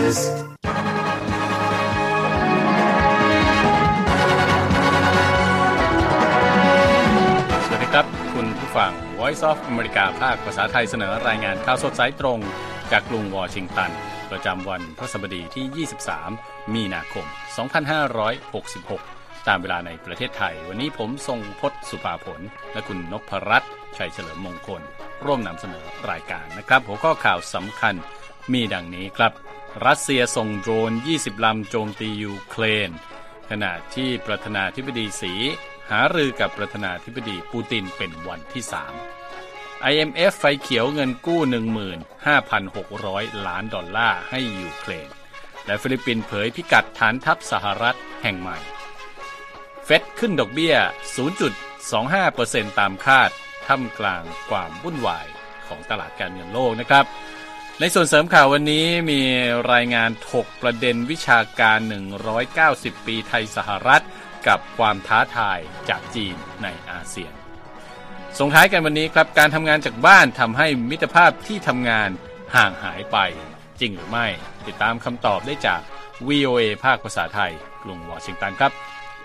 Voices ครับคุณผู้ฟัง Voice of America ภาคภาษาไทยเสนอรายงานข่าวสดสายตรงจากกรุงวอชิงตันประจำวันพฤหัสบดีที่23มีนาคม2566ตามเวลาในประเทศไทยวันนี้ผมทรงพจน์สุภาผลและคุณนพรัตน์ชัยเฉลิมมงคลร่วมนำเสนอรายการนะครับหัวข้อข่าวสำคัญมีดังนี้ครับรัสเซียส่งโดรน20ลำโจมตียูเครนขณะที่ประธานาธิบดีสีหารือกับประธานาธิบดีปูตินเป็นวันที่3 IMF ไฟเขียวเงินกู้ 15,600 ล้านดอลลาร์ให้ยูเครนและฟิลิปปินส์เผยพิกัดฐานทัพสหรัฐแห่งใหม่เฟดขึ้นดอกเบี้ย 0.25% ตามคาดท่ามกลางความวุ่นวายของตลาดการเงินโลกนะครับในส่วนเสริมข่าววันนี้มีรายงานถกประเด็นวิชาการ190ปีไทยสหรัฐกับความท้าทายจากจีนในอาเซียนส่งท้ายกันวันนี้ครับการทำงานจากบ้านทำให้มิตรภาพที่ทำงานห่างหายไปจริงหรือไม่ติดตามคำตอบได้จาก VOA ภาคภาษาไทยกรุงวอชิงตันครับ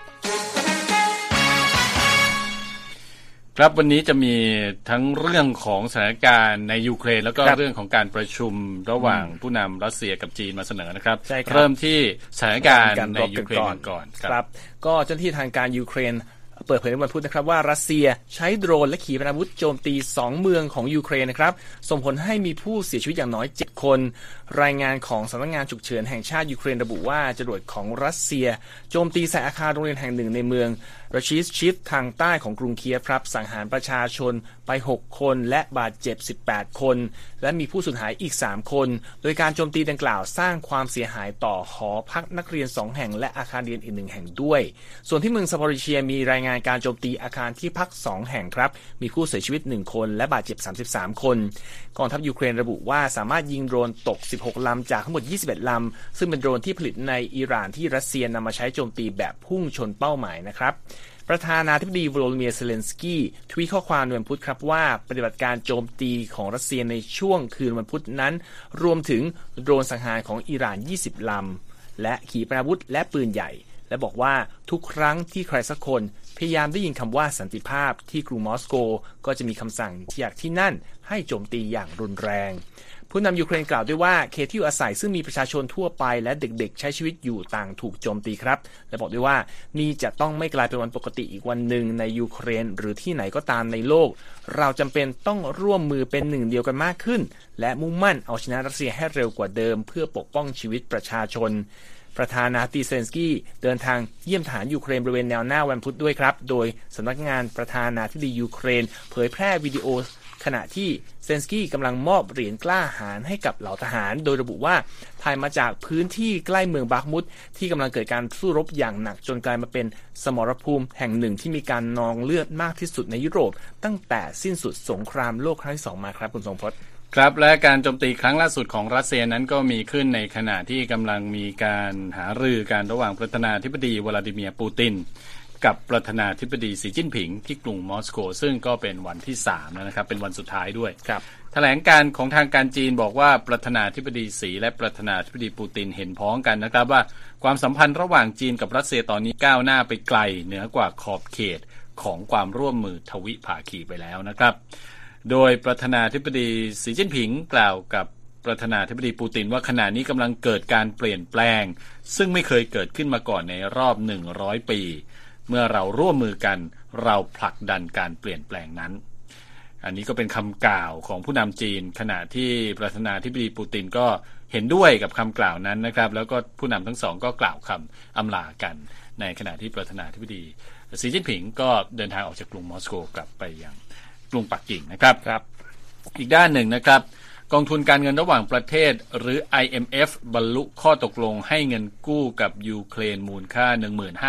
ครับวันนี้จะมีทั้งเรื่องของสถานการณ์ในยูเครนแล้วก็เรื่องของการประชุมระหว่างผู้นำรัสเซียกับจีนมาเสนอนะครับเริ่มที่สถานการณ์ในยูเครนก่อนครับก็เจ้าหน้าที่ทางการยูเครนเปิดเผยในวันพุธนะครับว่ารัสเซียใช้โดรนและขีปนาวุธโจมตี2เมืองของยูเครนนะครับส่งผลให้มีผู้เสียชีวิตอย่างน้อย7คนรายงานของสำนักงานฉุกเฉินแห่งชาติยูเครนระบุว่าจรวดของรัสเซียโจมตีใส่อาคารโรงเรียนแห่งหนึ่งในเมืองราชิสชิฟทางใต้ของกรุงเคียฟครับสังหารประชาชนไป6คนและบาดเจ็บ18คนและมีผู้สูญหายอีก3คนโดยการโจมตีดังกล่าวสร้างความเสียหายต่อหอพักนักเรียน2แห่งและอาคารเรียนอีก1แห่งด้วยส่วนที่เมืองซาโปริเชียมีรายงานการโจมตีอาคารที่พัก2แห่งครับมีผู้เสียชีวิต1คนและบาดเจ็บ33คนกองทัพยูเครนระบุว่าสามารถยิงโดรนตก16ลำจากทั้งหมด21ลำซึ่งเป็นโดรนที่ผลิตในอิหร่านที่รัสเซียนำมาใช้โจมตีแบบพุ่งชนเป้าหมายนะครับประธานาธิบดีโวโลดิเมียร์ เซเลนสกี้ทวีตข้อความวันพุธครับว่าปฏิบัติการโจมตีของรัสเซียในช่วงคืนวันพุธนั้นรวมถึงโดรนสังหารของอิหร่าน20ลำและขีปนาวุธและปืนใหญ่และบอกว่าทุกครั้งที่ใครสักคนพยายามได้ยินคำว่าสันติภาพที่กรุงมอสโกก็จะมีคำสั่งจากที่นั่นให้โจมตีอย่างรุนแรงผู้นำยูเครนกล่าวด้วยว่าเขตที่อยู่อาศัยซึ่งมีประชาชนทั่วไปและเด็กๆใช้ชีวิตอยู่ต่างถูกโจมตีครับและบอกด้วยว่านี่จะต้องไม่กลายเป็นวันปกติอีกวันหนึ่งในยูเครนหรือที่ไหนก็ตามในโลกเราจำเป็นต้องร่วมมือเป็นหนึ่งเดียวกันมากขึ้นและมุ่งมั่นเอาชนะรัสเซียให้เร็วกว่าเดิมเพื่อปกป้องชีวิตประชาชนประธานาธิบดีเซเลนสกี้เดินทางเยี่ยมฐานยูเครนบริเวณแนวหน้าวันพุธด้วยครับโดยสำนักงานประธานาธิบดียูเครนเผยแพร่วิดีโอขณะที่เซเลนสกี้กำลังมอบเหรียญกล้าหาญให้กับเหล่าทหารโดยระบุว่าถ่ายมาจากพื้นที่ใกล้เมืองบาคมุตที่กำลังเกิดการสู้รบอย่างหนักจนกลายมาเป็นสมรภูมิแห่งหนึ่งที่มีการนองเลือดมากที่สุดในยุโรปตั้งแต่สิ้นสุดสงครามโลกครั้งที่2มาครับคุณทรงพจน์ครับและการโจมตีครั้งล่าสุดของรัสเซียนั้นก็มีขึ้นในขณะที่กำลังมีการหารือกันระหว่างประธานาธิบดีวลาดิเมียร์ปูตินกับประธานาธิบดีสีจิ้นผิงที่กรุงมอสโกซึ่งก็เป็นวันที่3แล้วนะครับเป็นวันสุดท้ายด้วยครับแถลงการของทางการจีนบอกว่าประธานาธิบดีสีและประธานาธิบดีปูตินเห็นพ้องกันนะครับว่าความสัมพันธ์ระหว่างจีนกับรัสเซียตอนนี้ก้าวหน้าไปไกลเหนือกว่าขอบเขตของความร่วมมือทวิภาคีไปแล้วนะครับโดยประธานาธิบดีสีจิ้นผิงกล่าวกับประธานาธิบดีปูตินว่าขณะนี้กำลังเกิดการเปลี่ยนแปลงซึ่งไม่เคยเกิดขึ้นมาก่อนในรอบ100ปีเมื่อเราร่วมมือกันเราผลักดันการเปลี่ยนแปลงนั้นอันนี้ก็เป็นคำกล่าวของผู้นำจีนขณะที่ประธานาธิบดีปูตินก็เห็นด้วยกับคำกล่าวนั้นนะครับแล้วก็ผู้นำทั้งสองก็กล่าวคำอำลากันในขณะที่ประธานาธิบดีสีจิ้นผิงก็เดินทางออกจากกรุงมอสโกกลับไปยังกรุงปักกิ่งนะครับอีกด้านหนึ่งนะครับกองทุนการเงินระหว่างประเทศหรือ IMF บรรลุข้อตกลงให้เงินกู้กับยูเครนมูลค่า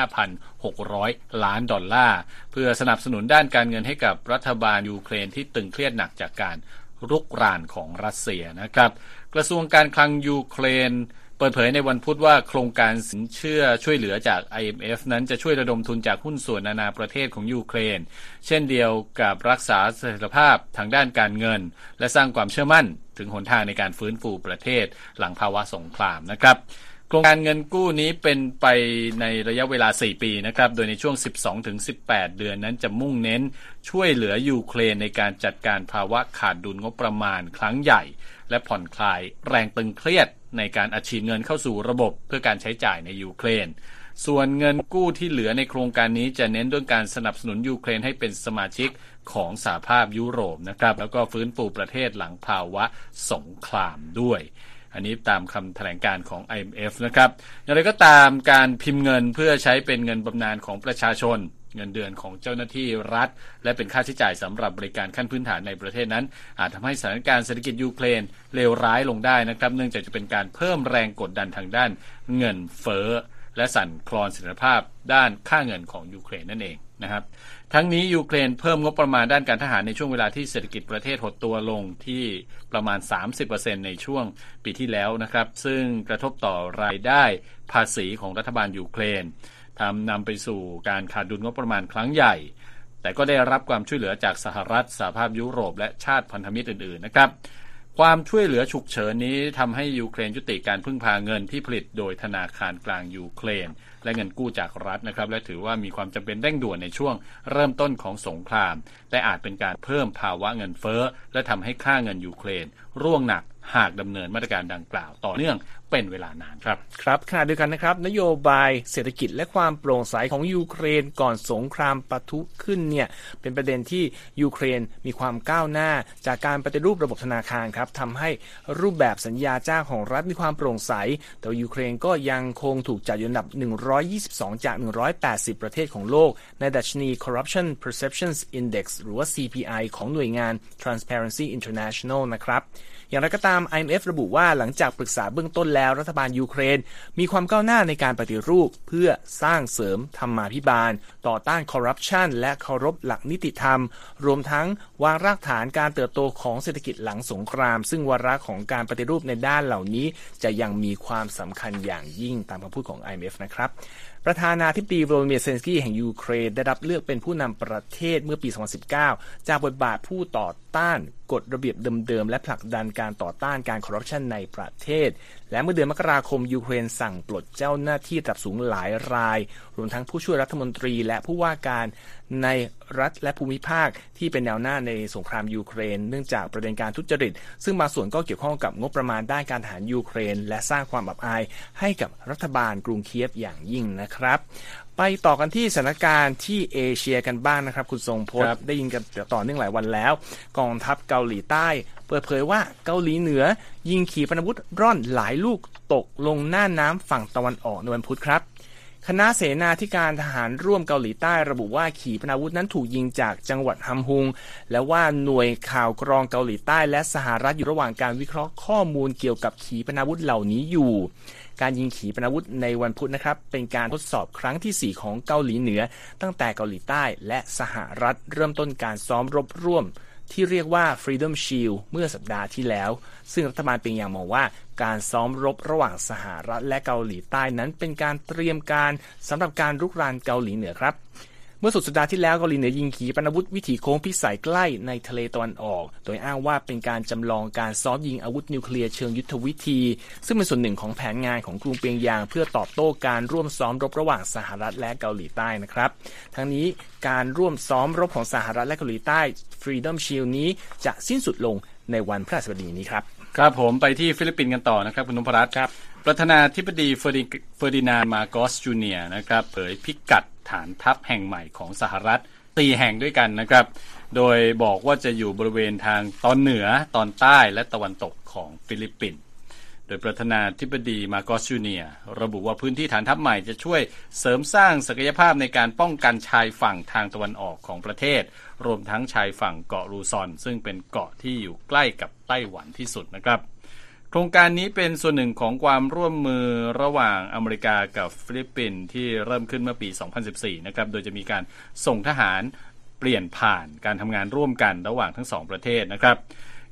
15,600 ล้านดอลลาร์เพื่อสนับสนุนด้านการเงินให้กับรัฐบาลยูเครนที่ตึงเครียดหนักจากการรุกรานของรัสเซียนะครับกระทรวงการคลังยูเครนเปิดเผยในวันพุธว่าโครงการสินเชื่อช่วยเหลือจาก IMF นั้นจะช่วยระดมทุนจากหุ้นส่วนนานาประเทศของยูเครนเช่นเดียวกับรักษาเสถียรภาพทางด้านการเงินและสร้างความเชื่อมั่นถึงหนทางในการฟื้นฟูประเทศหลังภาวะสงครามนะครับโครงการเงินกู้นี้เป็นไปในระยะเวลา4ปีนะครับโดยในช่วง 12-18 เดือนนั้นจะมุ่งเน้นช่วยเหลือยูเครนในการจัดการภาวะขาดดุลงบประมาณครั้งใหญ่และผ่อนคลายแรงตึงเครียดในการอัดฉีดเงินเข้าสู่ระบบเพื่อการใช้จ่ายในยูเครนส่วนเงินกู้ที่เหลือในโครงการนี้จะเน้นด้วยการสนับสนุนยูเครนให้เป็นสมาชิกของสหภาพยุโรปนะครับแล้วก็ฟื้นฟูประเทศหลังภาวะสงครามด้วยอันนี้ตามคำแถลงการของ IMF นะครับอย่างไรก็ตามการพิมพ์เงินเพื่อใช้เป็นเงินบำนาญของประชาชนเงินเดือนของเจ้าหน้าที่รัฐและเป็นค่าใช้จ่ายสำหรับบริการขั้นพื้นฐานในประเทศนั้นอาจทำให้สถานการณ์เศรษฐกิจยูเครนเลวร้ายลงได้นะครับเนื่องจากจะเป็นการเพิ่มแรงกดดันทางด้านเงินเฟ้อและสั่นคลอนเสถียรภาพด้านค่าเงินของยูเครนนั่นเองนะครับทั้งนี้ยูเครนเพิ่มงบประมาณด้านการทหารในช่วงเวลาที่เศรษฐกิจประเทศหดตัวลงที่ประมาณ 30% ในช่วงปีที่แล้วนะครับซึ่งกระทบต่อรายได้ภาษีของรัฐบาลยูเครนนำไปสู่การขาดดุลงบประมาณครั้งใหญ่แต่ก็ได้รับความช่วยเหลือจากสหรัฐสหภาพยุโรปและชาติพันธมิตรอื่นๆนะครับความช่วยเหลือฉุกเฉินนี้ทำให้ยูเครนยุติการพึ่งพาเงินที่ผลิตโดยธนาคารกลางยูเครนและเงินกู้จากรัฐนะครับและถือว่ามีความจำเป็นเร่งด่วนในช่วงเริ่มต้นของสงครามแต่อาจเป็นการเพิ่มภาวะเงินเฟ้อและทำให้ค่าเงินยูเครนร่วงหนักหากดำเนินมาตรการดังกล่าวต่อเนื่องเป็นเวลานานครับครับขณะเดียวกันนะครับนโยบายเศรษฐกิจและความโปร่งใสของยูเครนก่อนสงครามปะทุขึ้นเนี่ยเป็นประเด็นที่ยูเครนมีความก้าวหน้าจากการปฏิรูประบบธนาคารครับทำให้รูปแบบสัญญาจ้างของรัฐมีความโปร่งใสแต่ยูเครนก็ยังคงถูกจัดอยู่อันดับ122จาก180ประเทศของโลกในดัชนี Corruption Perceptions Index หรือว่า CPI ของหน่วยงาน Transparency International นะครับอย่างไรก็ตาม IMF ระบุว่าหลังจากปรึกษาเบื้องต้นแล้วรัฐบาลยูเครนมีความก้าวหน้าในการปฏิรูปเพื่อสร้างเสริมธรรมาภิบาลต่อต้านคอร์รัปชันและเคารพหลักนิติธรรมรวมทั้งวางรากฐานการเติบโตของเศรษฐกิจหลังสงครามซึ่งวาระของการปฏิรูปในด้านเหล่านี้จะยังมีความสำคัญอย่างยิ่งตามคำพูดของ IMF นะครับประธานาธิบดีโวโลดิเมียร์ เซเลนสกี้แห่งยูเครนได้รับเลือกเป็นผู้นำประเทศเมื่อปี 2019 จากบทบาทผู้ต่อต้านกฎระเบียบเดิมๆและผลักดันการต่อต้านการคอร์รัปชันในประเทศและเมื่อเดือนมกราคมยูเครนสั่งปลดเจ้าหน้าที่ระดับสูงหลายรายรวมทั้งผู้ช่วยรัฐมนตรีและผู้ว่าการในรัฐและภูมิภาคที่เป็นแนวหน้าในสงครามยูเครนเนื่องจากประเด็นการทุจริตซึ่งบางส่วนก็เกี่ยวข้องกับงบประมาณด้านการทหารยูเครนและสร้างความอับอายให้กับรัฐบาลกรุงเคียฟอย่างยิ่งนะครับไปต่อกันที่สถานการณ์ที่เอเชียกันบ้างนะครับคุณทรงพจน์ได้ยินกันต่อเนื่องหลายวันแล้วกองทัพเกาหลีใต้เปิดเผยว่าเกาหลีเหนือยิงขีปนาวุธร่อนหลายลูกตกลงหน้าน้ำฝั่งตะวันออกในวันพุธครับคณะเสนาธิการทหารร่วมเกาหลีใต้ระบุว่าขีปนาวุธนั้นถูกยิงจากจังหวัดฮัมฮุงและว่าหน่วยข่าวกรองเกาหลีใต้และสหรัฐอยู่ระหว่างการวิเคราะห์ข้อมูลเกี่ยวกับขีปนาวุธเหล่านี้อยู่การยิงขีปนาวุธในวันพุธนะครับเป็นการทดสอบครั้งที่4ของเกาหลีเหนือตั้งแต่เกาหลีใต้และสหรัฐเริ่มต้นการซ้อมรบร่วมที่เรียกว่า Freedom Shield เมื่อสัปดาห์ที่แล้วซึ่งรัฐบาลปิงยางมองว่าการซ้อมรบระหว่างสหรัฐและเกาหลีใต้นั้นเป็นการเตรียมการสำหรับการรุกรานเกาหลีเหนือครับเมื่อสุดสัปดาห์ที่แล้วเกาหลีเหนือยิงขีปนาวุธวิถีโค้งพิสัยใกล้ในทะเลตะวันออกโดยอ้างว่าเป็นการจำลองการซ้อมยิงอาวุธนิวเคลียร์เชิงยุทธวิธีซึ่งเป็นส่วนหนึ่งของแผนงานของกรุงเปียงยางเพื่อตอบโต้การร่วมซ้อมรบระหว่างสหรัฐและเกาหลีใต้นะครับทั้งนี้การร่วมซ้อมรบของสหรัฐและเกาหลีใต้ Freedom Shield นี้จะสิ้นสุดลงในวันพฤหัสบดีนี้ครับครับผมไปที่ฟิลิปปินส์กันต่อนะครับคุณนพรัตน์ครับประธานาธิบดีเฟอร์ดินานด์ มาโกส จูเนียร์นะครับเผยพิกัดฐานทัพแห่งใหม่ของสหรัฐ4แห่งด้วยกันนะครับโดยบอกว่าจะอยู่บริเวณทางตอนเหนือตอนใต้และตะวันตกของฟิลิปปินส์โดยประธานาธิบดีมาโกส จูเนียร์ระบุว่าพื้นที่ฐานทัพใหม่จะช่วยเสริมสร้างศักยภาพในการป้องกันชายฝั่งทางตะวันออกของประเทศรวมทั้งชายฝั่งเกาะลูซอนซึ่งเป็นเกาะที่อยู่ใกล้กับไต้หวันที่สุดนะครับโครงการนี้เป็นส่วนหนึ่งของความร่วมมือระหว่างอเมริกากับฟิลิปปินส์ที่เริ่มขึ้นเมื่อปี 2014 นะครับโดยจะมีการส่งทหารเปลี่ยนผ่านการทำงานร่วมกันระหว่างทั้งสองประเทศนะครับ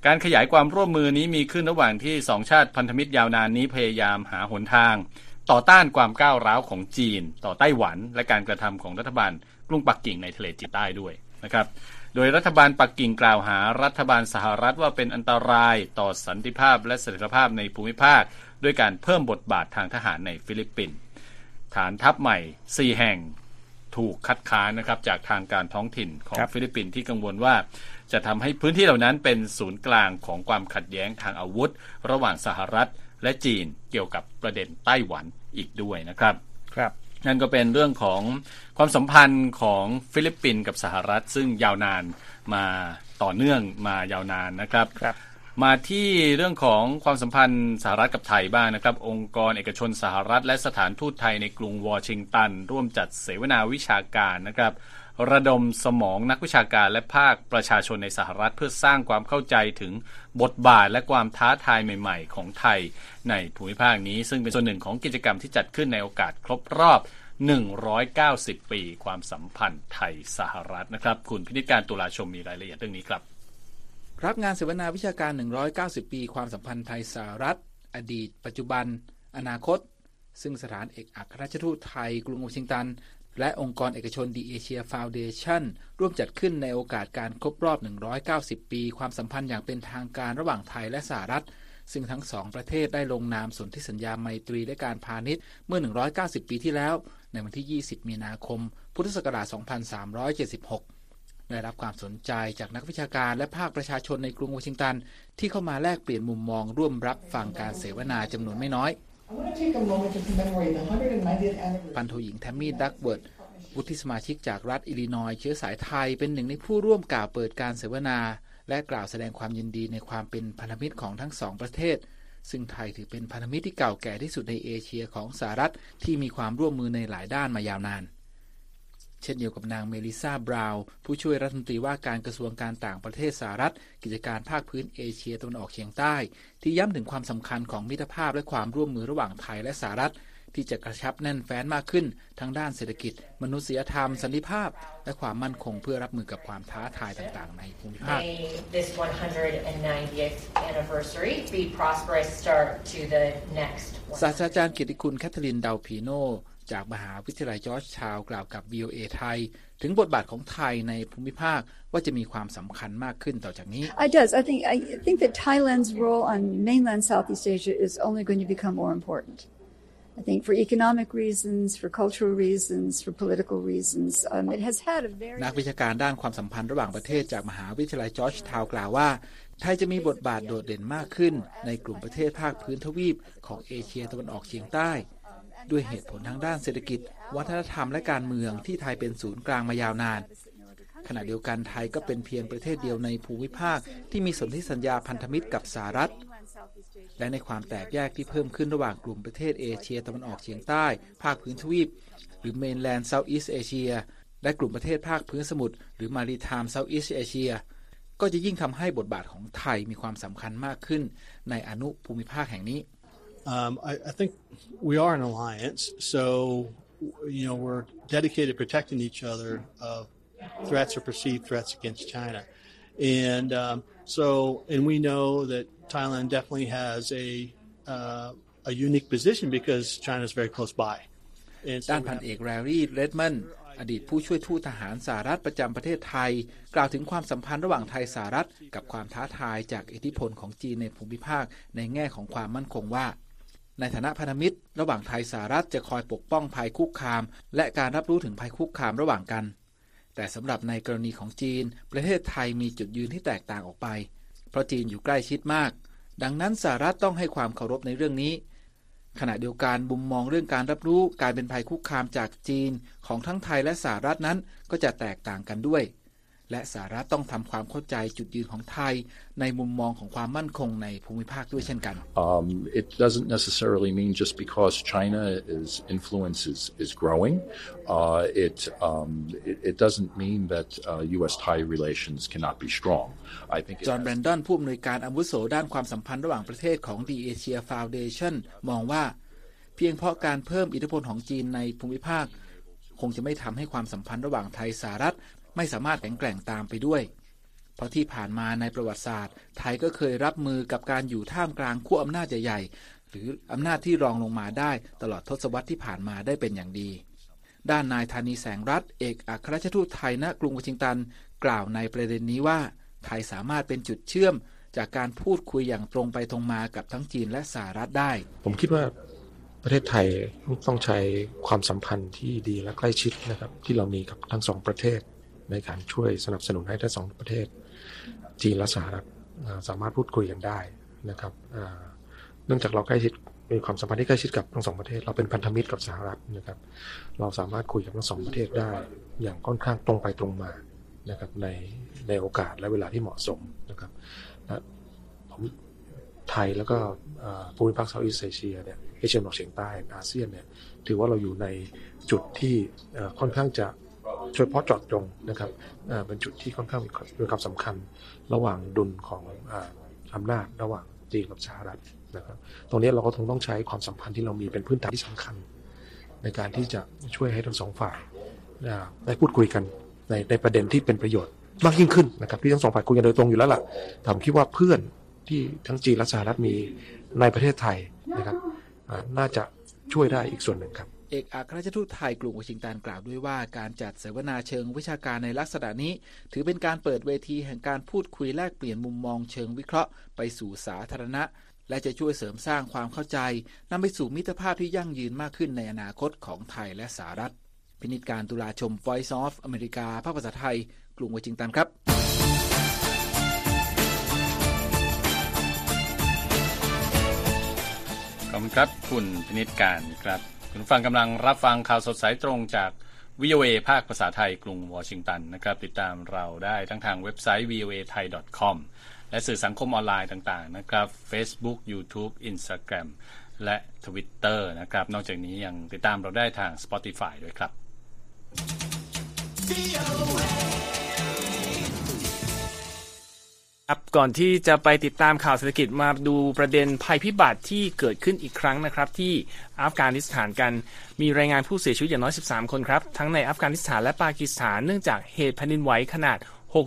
การขยายความร่วมมือนี้มีขึ้นระหว่างที่สองชาติพันธมิตรยาวนานนี้พยายามหาหนทางต่อต้านความก้าวร้าวของจีนต่อไต้หวันและการกระทำของรัฐบาลกรุงปักกิ่งในทะเลจีนใต้ด้วยนะครับโดยรัฐบาลปักกิ่งกล่าวหารัฐบาลสหรัฐว่าเป็นอันตรายต่อสันติภาพและเสถียรภาพในภูมิภาคด้วยการเพิ่มบทบาททางทหารในฟิลิปปินส์ฐานทัพใหม่4แห่งถูกคัดค้านนะครับจากทางการท้องถิ่นของฟิลิปปินส์ที่กังวลว่าจะทำให้พื้นที่เหล่านั้นเป็นศูนย์กลางของความขัดแย้งทางอาวุธระหว่างสหรัฐและจีนเกี่ยวกับประเด็นไต้หวันอีกด้วยนะครับนั่นก็เป็นเรื่องของความสัมพันธ์ของฟิลิปปินส์กับสหรัฐซึ่งยาวนานมาต่อเนื่องมายาวนานนะครับมาที่เรื่องของความสัมพันธ์สหรัฐกับไทยบ้างนะครับองค์กรเอกชนสหรัฐและสถานทูตไทยในกรุงวอชิงตันร่วมจัดเสวนาวิชาการนะครับระดมสมองนักวิชาการและภาคประชาชนในสหรัฐเพื่อสร้างความเข้าใจถึงบทบาทและความท้าทายใหม่ๆของไทยในภูมิภาคนี้ซึ่งเป็นส่วนหนึ่งของกิจกรรมที่จัดขึ้นในโอกาสครบรอบ190 ปีความสัมพันธ์ไทยสหรัฐนะครับคุณพินิจการตุลาชมมีรายละเอียดเรื่องนี้ครับรับงานเสวนาวิชาการ190 ปีความสัมพันธ์ไทยสหรัฐอดีตปัจจุบันอนาคตซึ่งสถานเอกอัครราชทูตไทยกรุงวอชิงตันและองค์กรเอกชน The Asia Foundation ร่วมจัดขึ้นในโอกาสการครบรอบ190 ปีความสัมพันธ์อย่างเป็นทางการระหว่างไทยและสหรัฐซึ่งทั้งสองประเทศได้ลงนามสนธิสัญญาไมตรีและการพาณิชย์เมื่อ190 ปีที่แล้วในวันที่20 มีนาคมพุทธศักราช 2376ได้รับความสนใจจากนักวิชาการและภาคประชาชนในกรุงวอชิงตันที่เข้ามาแลกเปลี่ยนมุมมองร่วมรับฟังการเสวนาจำนวนไม่น้อยพันโทหญิงแทมมี่ดักเวิร์ดวุฒิสมาชิกจากรัฐอิลลินอยส์เชื้อสายไทยเป็นหนึ่งในผู้ร่วมกล่าวเปิดการเสวนาและกล่าวแสดงความยินดีในความเป็นพันธมิตรของทั้งสองประเทศซึ่งไทยถือเป็นพันธมิตรที่เก่าแก่ที่สุดในเอเชียของสหรัฐที่มีความร่วมมือในหลายด้านมายาวนานเช่นเดียวกับนางเมลิซาบราวน์ผู้ช่วยรัฐมนตรีว่าการกระทรวงการต่างประเทศสหรัฐกิจการภาคพื้นเอเชียตะวันออกเฉียงใต้ที่ย้ำถึงความสำคัญของมิตรภาพและความร่วมมือระหว่างไทยและสหรัฐที่จะกระชับแน่นแฟ้นมากขึ้นทั้งด้านเศรษฐกิจมนุษยธรรมสันติภาพและความมั่นคงเพื่อรับมือกับความท้าทายต่างๆในภูมิภาค This 190th anniversary be prosperous start to the next ศาสตราจารย์เกียรติคุณแคทเธอรีนดาวพีโนจากมหาวิทยาลัยจอร์จทาวน์กล่าวกับ VOA ไทยถึงบทบาทของไทยในภูมิภาคว่าจะมีความสำคัญมากขึ้นต่อจากนี้ I think that Thailand's role on mainland Southeast Asia is only going to become more important. I think for economic reasons, for cultural reasons, for political reasons, it has had a very นักวิชาการด้านความสัมพันธ์ระหว่างประเทศจากมหาวิทยาลัยจอร์จทาวน์กล่าวว่าไทยจะมีบทบาทโดดเด่นมากขึ้นในกลุ่มประเทศภาคพื้นทวีปของเอเชียตะวันออกเฉียงใต้ด้วยเหตุผลทางด้านเศรษฐกิจวัฒนธรรมและการเมืองที่ไทยเป็นศูนย์กลางมายาวนานขณะเดียวกันไทยก็เป็นเพียงประเทศเดียวในภูมิภาคที่มีสนธิสัญญาพันธมิตรกับสหรัฐและในความแตกแยกที่เพิ่มขึ้นระหว่างกลุ่มประเทศเอเชียตะวันออกเฉียงใต้ภาคพื้นทวีปหรือ Mainland Southeast Asia และกลุ่มประเทศภาคพื้นสมุทรหรือ Maritime Southeast Asia ก็จะยิ่งทำให้บทบาทของไทยมีความสำคัญมากขึ้นในอนุภูมิภาคแห่งนี้ I think we are an alliance, so we're dedicated to protecting each other of threats or perceived threats against China, and we know that Thailand definitely has a unique position because China is very close by. ด้านพันเอกแรรี่เรดมันอดีตผู้ช่วยทูตทหารสหรัฐประจำประเทศไทยกล่าวถึงความสัมพันธ์ระหว่างไทยสหรัฐกับความท้าทายจากอิทธิพลของจีนในภูมิภาคในแง่ของความมั่นคงว่าในฐานะพันธมิตรระหว่างไทยสหรัฐจะคอยปกป้องภัยคุกคามและการรับรู้ถึงภัยคุกคามระหว่างกันแต่สำหรับในกรณีของจีนประเทศไทยมีจุดยืนที่แตกต่างออกไปเพราะจีนอยู่ใกล้ชิดมากดังนั้นสหรัฐต้องให้ความเคารพในเรื่องนี้ขณะเดียวกันมุมมองเรื่องการรับรู้การเป็นภัยคุกคามจากจีนของทั้งไทยและสหรัฐนั้นก็จะแตกต่างกันด้วยและสหรัฐต้องทำความเข้าใจจุดยืนของไทยในมุมมองของความมั่นคงในภูมิภาคด้วยเช่นกัน It doesn't necessarily mean just because China's influence is growing, it doesn't mean that U.S.-Thai relations cannot be strong. I think จอห์นแบรนดอนผู้อำนวยการอาวุโสด้านความสัมพันธ์ระหว่างประเทศของ The Asia Foundation มองว่าเพียงเพราะการเพิ่มอิทธิพลของจีนในภูมิภาคคงจะไม่ทำให้ความสัมพันธ์ระหว่างไทยสหรัฐไม่สามารถแข็งแกร่งตามไปด้วยเพราะที่ผ่านมาในประวัติศาสตร์ไทยก็เคยรับมือกับการอยู่ท่ามกลางขั้วอำนาจใหญ่ๆหรืออำนาจที่รองลงมาได้ตลอดทศวรรษที่ผ่านมาได้เป็นอย่างดีด้านนายธานีแสงรัตน์เอกอัครราชทูตไทยณกรุงวอชิงตันกล่าวในประเด็นนี้ว่าไทยสามารถเป็นจุดเชื่อมจากการพูดคุยอย่างตรงไปตรงมากับทั้งจีนและสหรัฐได้ผมคิดว่าประเทศไทยต้องใช้ความสัมพันธ์ที่ดีและใกล้ชิดนะครับที่เรามีกับทั้งสองประเทศในการช่วยสนับสนุนให้ทั้งสองประเทศจีนและสหรัฐสามารถพูดคุยกันได้นะครับเนื่องจากเราใกล้ชิดมีความสัมพันธ์ที่ใกล้ชิดกับทั้งสองประเทศเราเป็นพันธมิตรกับสหรัฐนะครับเราสามารถคุยกับทั้งสองประเทศได้อย่างค่อนข้างตรงไปตรงมานะครับในโอกาสและเวลาที่เหมาะสมนะครับไทยแล้วก็ภูมิภาคเซาท์อีสต์เอเชียเนี่ยเอเชียตะวันออกเฉียงใต้อาเซียนเนี่ยถือว่าเราอยู่ในจุดที่ค่อนข้างจะเฉพาะเจาะจงนะครับเป็นจุดที่ค่อนข้างมีความสำคัญระหว่างดุลของอำนาจระหว่างจีนกับสหรัฐนะครับตรงนี้เราก็ต้องใช้ความสัมพันธ์ที่เรามีเป็นพื้นฐานที่สำคัญในการที่จะช่วยให้ทั้งสองฝ่ายได้พูดคุยกันในประเด็นที่เป็นประโยชน์มากยิ่งขึ้นนะครับที่ทั้งสองฝ่ายคุยกันโดยตรงอยู่แล้วล่ะผมคิดว่าเพื่อนที่ทั้งจีนและสหรัฐมีในประเทศไทยนะครับน่าจะช่วยได้อีกส่วนหนึ่งครับเอกอัครราชทูตไทยกรุงวอชิงตันกล่าวด้วยว่าการจัดเสวนาเชิงวิชาการในลักษณะนี้ถือเป็นการเปิดเวทีแห่งการพูดคุยแลกเปลี่ยนมุมมองเชิงวิเคราะห์ไปสู่สาธารณะและจะช่วยเสริมสร้างความเข้าใจนำไปสู่มิตรภาพที่ยั่งยืนมากขึ้นในอนาคตของไทยและสหรัฐพินิจการตุลาชม Voice of America ภาคภาษาไทยกรุงวอชิงตันครับขอบคุณครับคุณพินิจการครับคุณฟังกำลังรับฟังข่าวสดสายตรงจาก VOA ภาคภาษาไทยกรุงวอชิงตันนะครับติดตามเราได้ทั้งทางเว็บไซต์ voathai.com และสื่อสังคมออนไลน์ต่างๆนะครับ Facebook YouTube Instagram และ Twitter นะครับนอกจากนี้ยังติดตามเราได้ทาง Spotify ด้วยครับครับก่อนที่จะไปติดตามข่าวเศรษฐกิจมาดูประเด็นภัยพิบัติที่เกิดขึ้นอีกครั้งนะครับที่อัฟกานิสถานกันมีรายงานผู้เสียชีวิตอย่างน้อย13คนครับทั้งในอัฟกานิสถานและปากีสถานเนื่องจากเหตุแผ่นดินไหวขนาด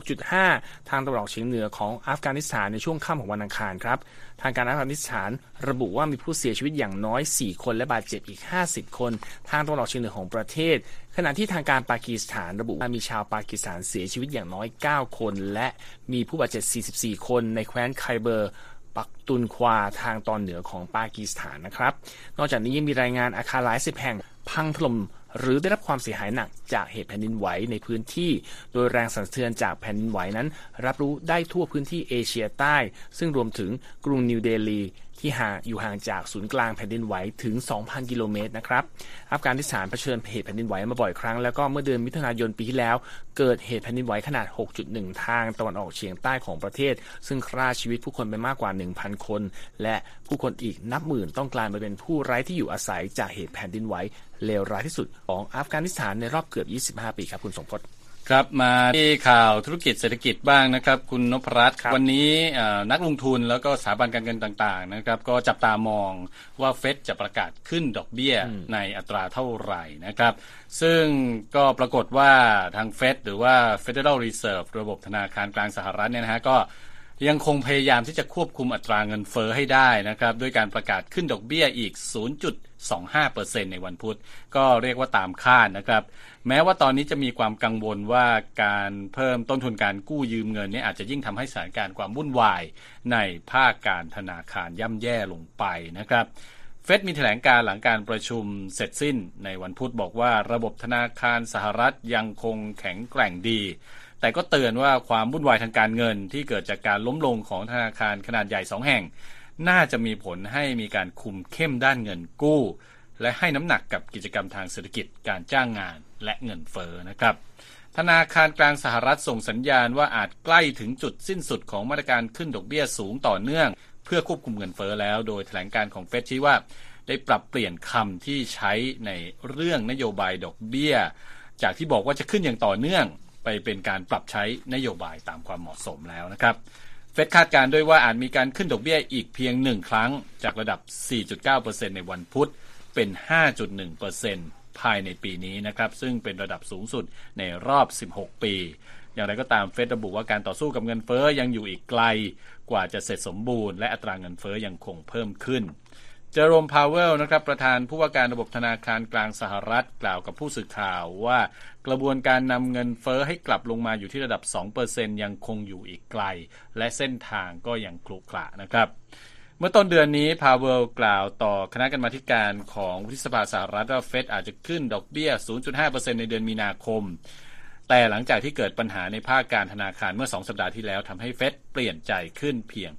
6.5 ทางตะวันออกเฉียงเหนือของอัฟกานิสถานในช่วงค่ำของวันอังคารครับทางการอัฟกานิสถานระบุว่ามีผู้เสียชีวิตอย่างน้อย4คนและบาดเจ็บอีก50คนทางตะวันออกเฉียงเหนือของประเทศขณะที่ทางการปากีสถานระบุว่ามีชาวปากีสถานเสียชีวิตอย่างน้อย9คนและมีผู้บาดเจ็บ44คนในแคว้นไคเบอร์ปักตุนควาทางตอนเหนือของปากีสถานนะครับนอกจากนี้ยังมีรายงานอาคารหลาย10แห่งพังถล่มหรือได้รับความเสียหายหนักจากเหตุแผ่นดินไหวในพื้นที่โดยแรงสั่นสะเทือนจากแผ่นดินไหวนั้นรับรู้ได้ทั่วพื้นที่เอเชียใต้ซึ่งรวมถึงกรุงนิวเดลีที่อยู่ห่างจากศูนย์กลางแผ่นดินไหวถึง 2,000 กิโลเมตรนะครับอัฟกานิสถานเผชิญเหตุแผ่นดินไหวมาบ่อยครั้งแล้วก็เมื่อเดือนมิถุนายนปีที่แล้วเกิดเหตุแผ่นดินไหวขนาด 6.1 ทางตะวันออกเฉียงใต้ของประเทศซึ่งฆ่าชีวิตผู้คนไปมากกว่า 1,000 คนและผู้คนอีกนับหมื่นต้องกลายมาเป็นผู้ไร้ที่อยู่อาศัยจากเหตุแผ่นดินไหวเลวร้ายที่สุดของอัฟกานิสถานในรอบเกือบ25ปีครับคุณสมพจน์ครับมาที่ข่าวธุรกิจเศรษฐกิจบ้างนะครับคุณนพรัตน์วันนี้นักลงทุนแล้วก็สถาบันการเงินต่างๆนะครับก็จับตามองว่าเฟดจะประกาศขึ้นดอกเบี้ยในอัตราเท่าไหร่นะครับซึ่งก็ปรากฏว่าทางเฟดหรือว่า Federal Reserve ระบบธนาคารกลางสหรัฐเนี่ยนะฮะก็ยังคงพยายามที่จะควบคุมอัตราเงินเฟ้อให้ได้นะครับด้วยการประกาศขึ้นดอกเบี้ยอีก 0.25% ในวันพุธก็เรียกว่าตามคาดนะครับแม้ว่าตอนนี้จะมีความกังวลว่าการเพิ่มต้นทุนการกู้ยืมเงินเนี่ยอาจจะยิ่งทำให้สถานการณ์ความวุ่นวายในภาคการธนาคารย่ำแย่ลงไปนะครับเฟดมีแถลงการหลังการประชุมเสร็จสิ้นในวันพุธบอกว่าระบบธนาคารสหรัฐยังคงแข็งแกร่งดีแต่ก็เตือนว่าความวุ่นวายทางการเงินที่เกิดจากการล้มลงของธนาคารขนาดใหญ่2แห่งน่าจะมีผลให้มีการคุมเข้มด้านเงินกู้และให้น้ำหนักกับกิจกรรมทางเศรษฐกิจการจ้างงานและเงินเฟ้อนะครับธนาคารกลางสหรัฐส่งสัญญาณว่าอาจใกล้ถึงจุดสิ้นสุดของมาตรการขึ้นดอกเบี้ยสูงต่อเนื่องเพื่อควบคุมเงินเฟ้อแล้วโดยแถลงการของเฟดชี้ว่าได้ปรับเปลี่ยนคำที่ใช้ในเรื่องนโยบายดอกเบี้ยจากที่บอกว่าจะขึ้นอย่างต่อเนื่องไปเป็นการปรับใช้นโยบายตามความเหมาะสมแล้วนะครับเฟดคาดการณ์ด้วยว่าอาจมีการขึ้นดอกเบี้ยอีกเพียง1ครั้งจากระดับ 4.9% ในวันพุธเป็น 5.1% ภายในปีนี้นะครับซึ่งเป็นระดับสูงสุดในรอบ16ปีอย่างไรก็ตามเฟดระบุว่าการต่อสู้กับเงินเฟ้อยังอยู่อีกไกลกว่าจะเสร็จสมบูรณ์และอัตราเงินเฟ้อยังคงเพิ่มขึ้นเจอโรม พาวเวลนะครับประธานผู้ว่าการระบบธนาคารกลางสหรัฐกล่าวกับผู้สื่อข่าวว่ากระบวนการนำเงินเฟ้อให้กลับลงมาอยู่ที่ระดับ 2% ยังคงอยู่อีกไกลและเส้นทางก็ยังขรุขระนะครับเมื่อต้นเดือนนี้พาวเวลกล่าวต่อคณะกรรมาธิการของวุฒิสภาสหรัฐว่าเฟดอาจจะขึ้นดอกเบี้ย 0.5% ในเดือนมีนาคมแต่หลังจากที่เกิดปัญหาในภาคการธนาคารเมื่อ2สัปดาห์ที่แล้วทำให้เฟดเปลี่ยนใจขึ้นเพียง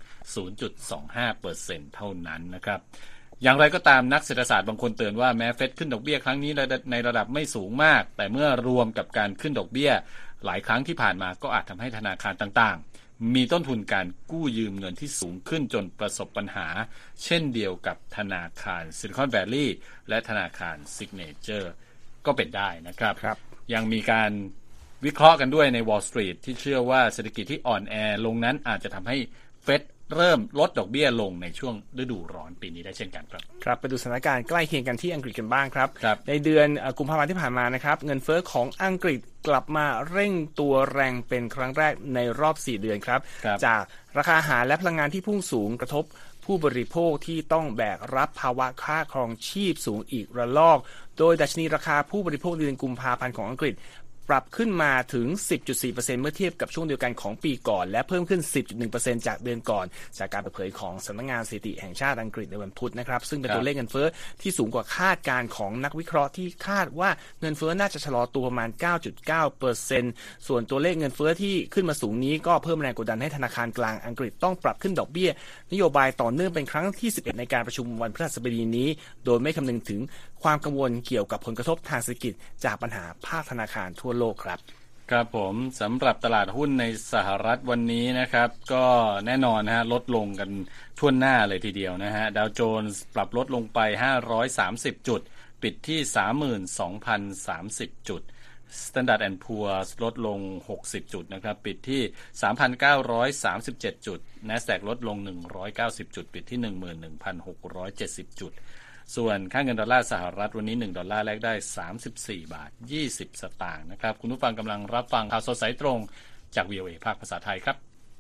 0.25% เท่านั้นนะครับอย่างไรก็ตามนักเศรษฐศาสตร์บางคนเตือนว่าแม้เฟดขึ้นดอกเบี้ยครั้งนี้ในระดับไม่สูงมากแต่เมื่อรวมกับการขึ้นดอกเบี้ยหลายครั้งที่ผ่านมาก็อาจทำให้ธนาคารต่างๆมีต้นทุนการกู้ยืมเงินที่สูงขึ้นจนประสบปัญหาเช่นเดียวกับธนาคารซิลิคอนแวลลีย์และธนาคารซิกเนเจอร์ก็เป็นได้นะครับยังมีการวิเคราะห์กันด้วยใน Wall Street ที่เชื่อว่าเศรษฐกิจที่อ่อนแอลงนั้นอาจจะทำให้เฟดเริ่มลดดอกเบี้ยลงในช่วงฤดูร้อนปีนี้ได้เช่นกันครับครับไปดูสถานการณ์ใกล้เคียงกันที่อังกฤษกันบ้างครับในเดือนกุมภาพันธ์ที่ผ่านมานะครับเงินเฟ้อของอังกฤษกลับมาเร่งตัวแรงเป็นครั้งแรกในรอบ4เดือนครับจากราคาอาหารและพลังงานที่พุ่งสูงกระทบผู้บริโภคที่ต้องแบกรับภาวะค่าครองชีพสูงอีกระลอกโดยดัชนีราคาผู้บริโภคเดือนกุมภาพันธ์ของอังกฤษปรับขึ้นมาถึง 10.4% เมื่อเทียบกับช่วงเดียวกันของปีก่อนและเพิ่มขึ้น 10.1% จากเดือนก่อนจากการเปิดเผยของสำนักงานสถิติแห่งชาติอังกฤษในวันพุธนะครับซึ่งเป็นตัวเลขเงินเฟ้อที่สูงกว่าคาดการณ์ของนักวิเคราะห์ที่คาดว่าเงินเฟ้อน่าจะชะลอตัวประมาณ 9.9% ส่วนตัวเลขเงินเฟ้อที่ขึ้นมาสูงนี้ก็เพิ่มแรงกดดันให้ธนาคารกลางอังกฤษต้องปรับขึ้นดอกเบี้ยนโยบายต่อเนื่องเป็นครั้งที่11ในการประชุมวันพฤหัสบดีนี้โดยไม่คำนึงถึงความกังวลเกี่ยวกับผลกระทบทางเศรษฐกิจจากปัญหาภาคธนาคารทั่วโลกครับครับผมสำหรับตลาดหุ้นในสหรัฐวันนี้นะครับก็แน่นอนนะฮะลดลงกันทั่วหน้าเลยทีเดียวนะฮะดาวโจนส์ปรับลดลงไป530จุดปิดที่ 32,030 จุด Standard & Poor's ลดลง60จุดนะครับปิดที่ 3,937 จุด NASDAQ ลดลง190จุดปิดที่ 11,670 จุดส่วนค่าเงินดอลลาร์สหรัฐวันนี้1ดอลลาร์แลกได้34บาท20สตางค์นะครับคุณผู้ฟังกำลังรับฟังข่าวสดสายตรงจาก VOA ภาคภาษาไทยครับ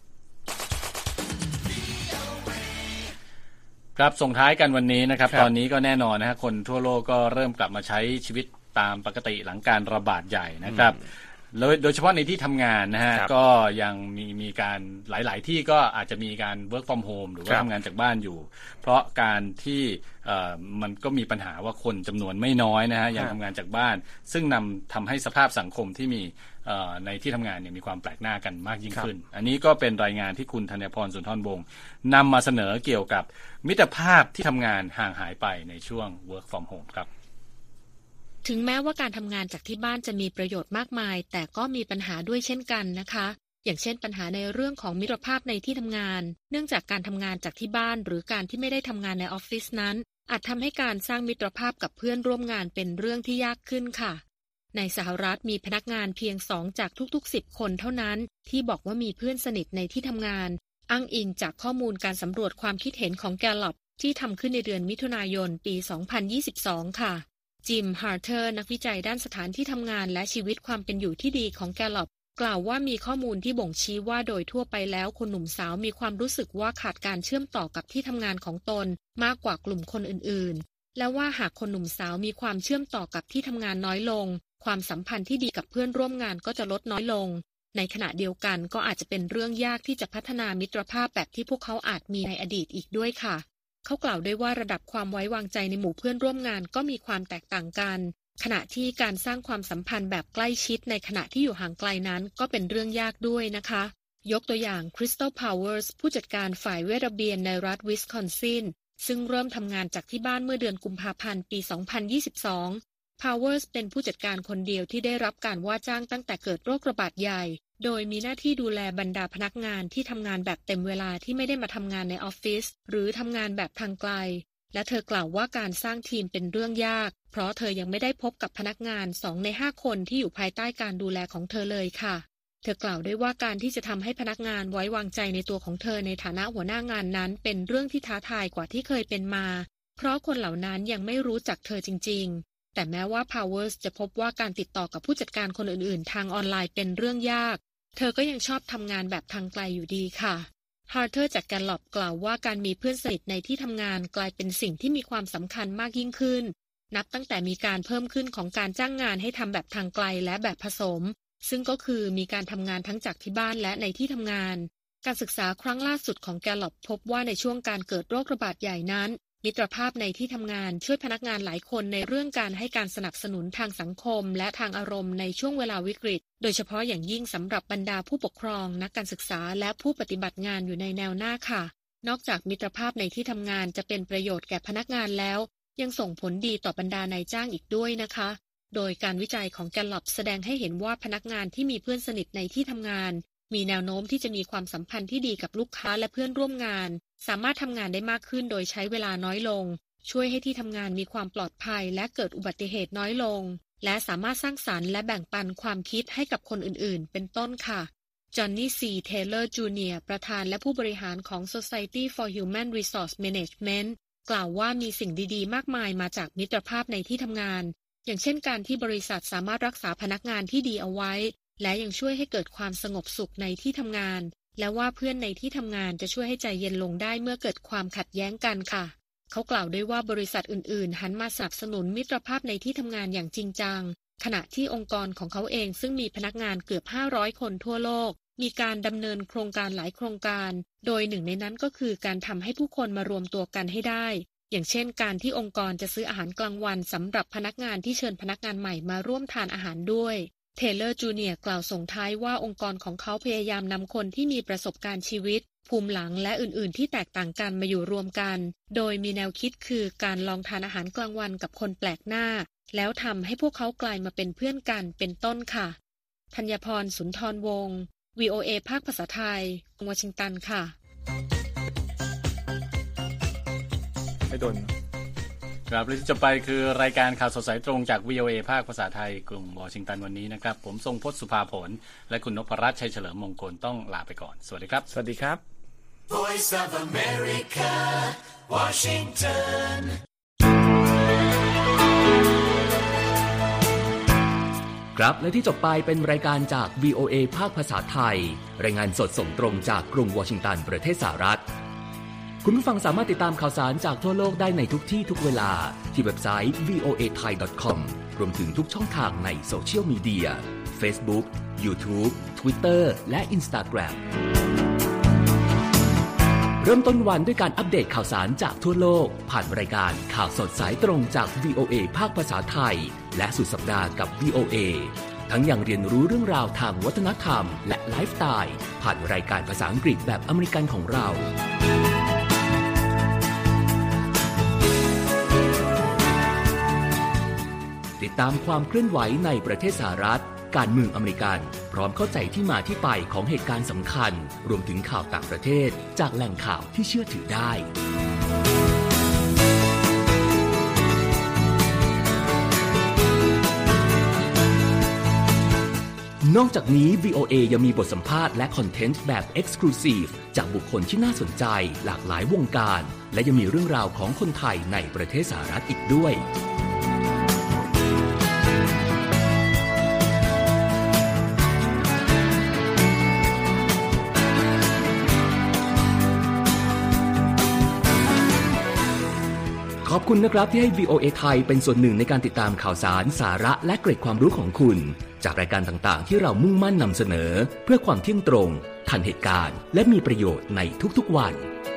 ครับส่งท้ายกันวันนี้นะครับตอนนี้ก็แน่นอนนะฮะคนทั่วโลกก็เริ่มกลับมาใช้ชีวิตตามปกติหลังการระบาดใหญ่นะครับโดยเฉพาะในที่ทำงานนะฮะก็ยังมีการหลายๆที่ก็อาจจะมีการ work from home หรือว่าทำงานจากบ้านอยู่เพราะการที่มันก็มีปัญหาว่าคนจำนวนไม่น้อยนะฮะยังทำงานจากบ้านซึ่งทำให้สภาพสังคมที่มีในที่ทำงานเนี่ยมีความแปลกหน้ากันมากยิ่งขึ้นอันนี้ก็เป็นรายงานที่คุณธัญพรสุนทรวงศ์นำมาเสนอเกี่ยวกับมิตรภาพที่ทำงานห่างหายไปในช่วง work from home ครับถึงแม้ว่าการทำงานจากที่บ้านจะมีประโยชน์มากมายแต่ก็มีปัญหาด้วยเช่นกันนะคะอย่างเช่นปัญหาในเรื่องของมิตรภาพในที่ทำงานเนื่องจากการทำงานจากที่บ้านหรือการที่ไม่ได้ทำงานในออฟฟิศนั้นอาจทำให้การสร้างมิตรภาพกับเพื่อนร่วมงานเป็นเรื่องที่ยากขึ้นค่ะในสหรัฐมีพนักงานเพียง2จากทุกๆ10คนเท่านั้นที่บอกว่ามีเพื่อนสนิทในที่ทำงานอ้างอิงจากข้อมูลการสำรวจความคิดเห็นของ Gallup ที่ทำขึ้นในเดือนมิถุนายนปี 2022 ค่ะจิม ฮาร์เทอร์นักวิจัยด้านสถานที่ทำงานและชีวิตความเป็นอยู่ที่ดีของ Gallup กล่าวว่ามีข้อมูลที่บ่งชี้ว่าโดยทั่วไปแล้วคนหนุ่มสาวมีความรู้สึกว่าขาดการเชื่อมต่อกับที่ทำงานของตนมากกว่ากลุ่มคนอื่นๆและว่าหากคนหนุ่มสาวมีความเชื่อมต่อกับที่ทำงานน้อยลงความสัมพันธ์ที่ดีกับเพื่อนร่วมงานก็จะลดน้อยลงในขณะเดียวกันก็อาจจะเป็นเรื่องยากที่จะพัฒนามิตรภาพแบบที่พวกเขาอาจมีในอดีตอีกด้วยค่ะเขากล่าวด้วยว่าระดับความไว้วางใจในหมู่เพื่อนร่วมงานก็มีความแตกต่างกันขณะที่การสร้างความสัมพันธ์แบบใกล้ชิดในขณะที่อยู่ห่างไกลนั้นก็เป็นเรื่องยากด้วยนะคะยกตัวอย่างคริสตัล พาวเวอร์สผู้จัดการฝ่ายเวชระเบียนในรัฐวิสคอนซินซึ่งเริ่มทำงานจากที่บ้านเมื่อเดือนกุมภาพันธ์ปี 2022 พาวเวอร์สเป็นผู้จัดการคนเดียวที่ได้รับการว่าจ้างตั้งแต่เกิดโรคระบาดใหญ่โดยมีหน้าที่ดูแลบรรดาพนักงานที่ทำงานแบบเต็มเวลาที่ไม่ได้มาทำงานในออฟฟิศหรือทำงานแบบทางไกลและเธอกล่าวว่าการสร้างทีมเป็นเรื่องยากเพราะเธอยังไม่ได้พบกับพนักงาน2ใน5คนที่อยู่ภายใต้การดูแลของเธอเลยค่ะเธอกล่าวด้วยว่าการที่จะทำให้พนักงานไว้วางใจในตัวของเธอในฐานะหัวหน้างานนั้นเป็นเรื่องที่ท้าทายกว่าที่เคยเป็นมาเพราะคนเหล่านั้นยังไม่รู้จักเธอจริงๆแต่แม้ว่า Powers จะพบว่าการติดต่อกับผู้จัดการคนอื่นๆทางออนไลน์เป็นเรื่องยากเธอก็ยังชอบทำงานแบบทางไกลอยู่ดีค่ะฮาร์เทอร์จากแกลลอบกล่าวว่าการมีเพื่อนสนิทในที่ทำงานกลายเป็นสิ่งที่มีความสำคัญมากยิ่งขึ้นนับตั้งแต่มีการเพิ่มขึ้นของการจ้างงานให้ทำแบบทางไกลและแบบผสมซึ่งก็คือมีการทำงานทั้งจากที่บ้านและในที่ทำงานการศึกษาครั้งล่าสุดของแกลลอบพบว่าในช่วงการเกิดโรคระบาดใหญ่นั้นมิตรภาพในที่ทำงานช่วยพนักงานหลายคนในเรื่องการให้การสนับสนุนทางสังคมและทางอารมณ์ในช่วงเวลาวิกฤตโดยเฉพาะอย่างยิ่งสำหรับบรรดาผู้ปกครองนักการศึกษาและผู้ปฏิบัติงานอยู่ในแนวหน้าค่ะนอกจากมิตรภาพในที่ทำงานจะเป็นประโยชน์แก่พนักงานแล้วยังส่งผลดีต่อบรรดานายจ้างอีกด้วยนะคะโดยการวิจัยของแกลลอบแสดงให้เห็นว่าพนักงานที่มีเพื่อนสนิทในที่ทำงานมีแนวโน้มที่จะมีความสัมพันธ์ที่ดีกับลูกค้าและเพื่อนร่วมงานสามารถทำงานได้มากขึ้นโดยใช้เวลาน้อยลงช่วยให้ที่ทำงานมีความปลอดภัยและเกิดอุบัติเหตุน้อยลงและสามารถสร้างสรรค์และแบ่งปันความคิดให้กับคนอื่นๆเป็นต้นค่ะจอห์นนี่ซีเทเลอร์จูเนียร์ประธานและผู้บริหารของ Society for Human Resource Management กล่าวว่ามีสิ่งดีๆมากมายมาจากมิตรภาพในที่ทำงานอย่างเช่นการที่บริษัทสามารถรักษาพนักงานที่ดีเอาไว้และยังช่วยให้เกิดความสงบสุขในที่ทำงานและว่าเพื่อนในที่ทำงานจะช่วยให้ใจเย็นลงได้เมื่อเกิดความขัดแย้งกันค่ะเขากล่าวด้วยว่าบริษัทอื่นๆหันมาสนับสนุนมิตรภาพในที่ทำงานอย่างจริงจังขณะที่องค์กรของเขาเองซึ่งมีพนักงานเกือบ500คนทั่วโลกมีการดำเนินโครงการหลายโครงการโดยหนึ่งในนั้นก็คือการทำให้ผู้คนมารวมตัวกันให้ได้อย่างเช่นการที่องค์กรจะซื้ออาหารกลางวันสำหรับพนักงานที่เชิญพนักงานใหม่มาร่วมทานอาหารด้วยเทเลอร์จูเนียร์กล่าวส่งท้ายว่าองค์กรของเขาพยายามนำคนที่มีประสบการณ์ชีวิตภูมิหลังและอื่นๆที่แตกต่างกันมาอยู่รวมกันโดยมีแนวคิดคือการลองทานอาหารกลางวันกับคนแปลกหน้าแล้วทำให้พวกเขากลายมาเป็นเพื่อนกันเป็นต้นค่ะธัญพรสุนทรวงศ์ VOA ภาคภาษาไทยวอชิงตันค่ะไม่โดนครับและที่จะไปคือรายการข่าวสดสายตรงจาก VOA ภาคภาษาไทยกรุงวอชิงตันวันนี้นะครับผมทรงพจน์สุภาผลและคุณนพรัตน์ชัยเฉลิมมงคลต้องลาไปก่อนสวัสดีครับสวัสดีครับ Voice of America Washington ครับและที่จบไปเป็นรายการจาก VOA ภาคภาษาไทยรายงานสดส่งตรงจากกรุงวอชิงตันประเทศสหรัฐคุณผู้ฟังสามารถติดตามข่าวสารจากทั่วโลกได้ในทุกที่ทุกเวลาที่เว็บไซต์ voathai.com รวมถึงทุกช่องทางในโซเชียลมีเดีย Facebook, YouTube, Twitter และ Instagram เริ่มต้นวันด้วยการอัปเดตข่าวสารจากทั่วโลกผ่านรายการข่าวสดสายตรงจาก VOA ภาคภาษาไทยและสุดสัปดาห์กับ VOA ทั้งยังเรียนรู้เรื่องราวทางวัฒนธรรมและไลฟ์สไตล์ผ่านรายการภาษาอังกฤษแบบอเมริกันของเราติดตามความเคลื่อนไหวในประเทศสหรัฐการเมืองอเมริกันพร้อมเข้าใจที่มาที่ไปของเหตุการณ์สำคัญรวมถึงข่าวต่างประเทศจากแหล่งข่าวที่เชื่อถือได้นอกจากนี้ VOA ยังมีบทสัมภาษณ์และคอนเทนต์แบบ Exclusive จากบุคคลที่น่าสนใจหลากหลายวงการและยังมีเรื่องราวของคนไทยในประเทศสหรัฐอีกด้วยขอบคุณนะครับที่ให้ VOA ไทยเป็นส่วนหนึ่งในการติดตามข่าวสารสาระและเกร็ดความรู้ของคุณจากรายการต่างๆที่เรามุ่งมั่นนำเสนอเพื่อความเที่ยงตรงทันเหตุการณ์และมีประโยชน์ในทุกๆวัน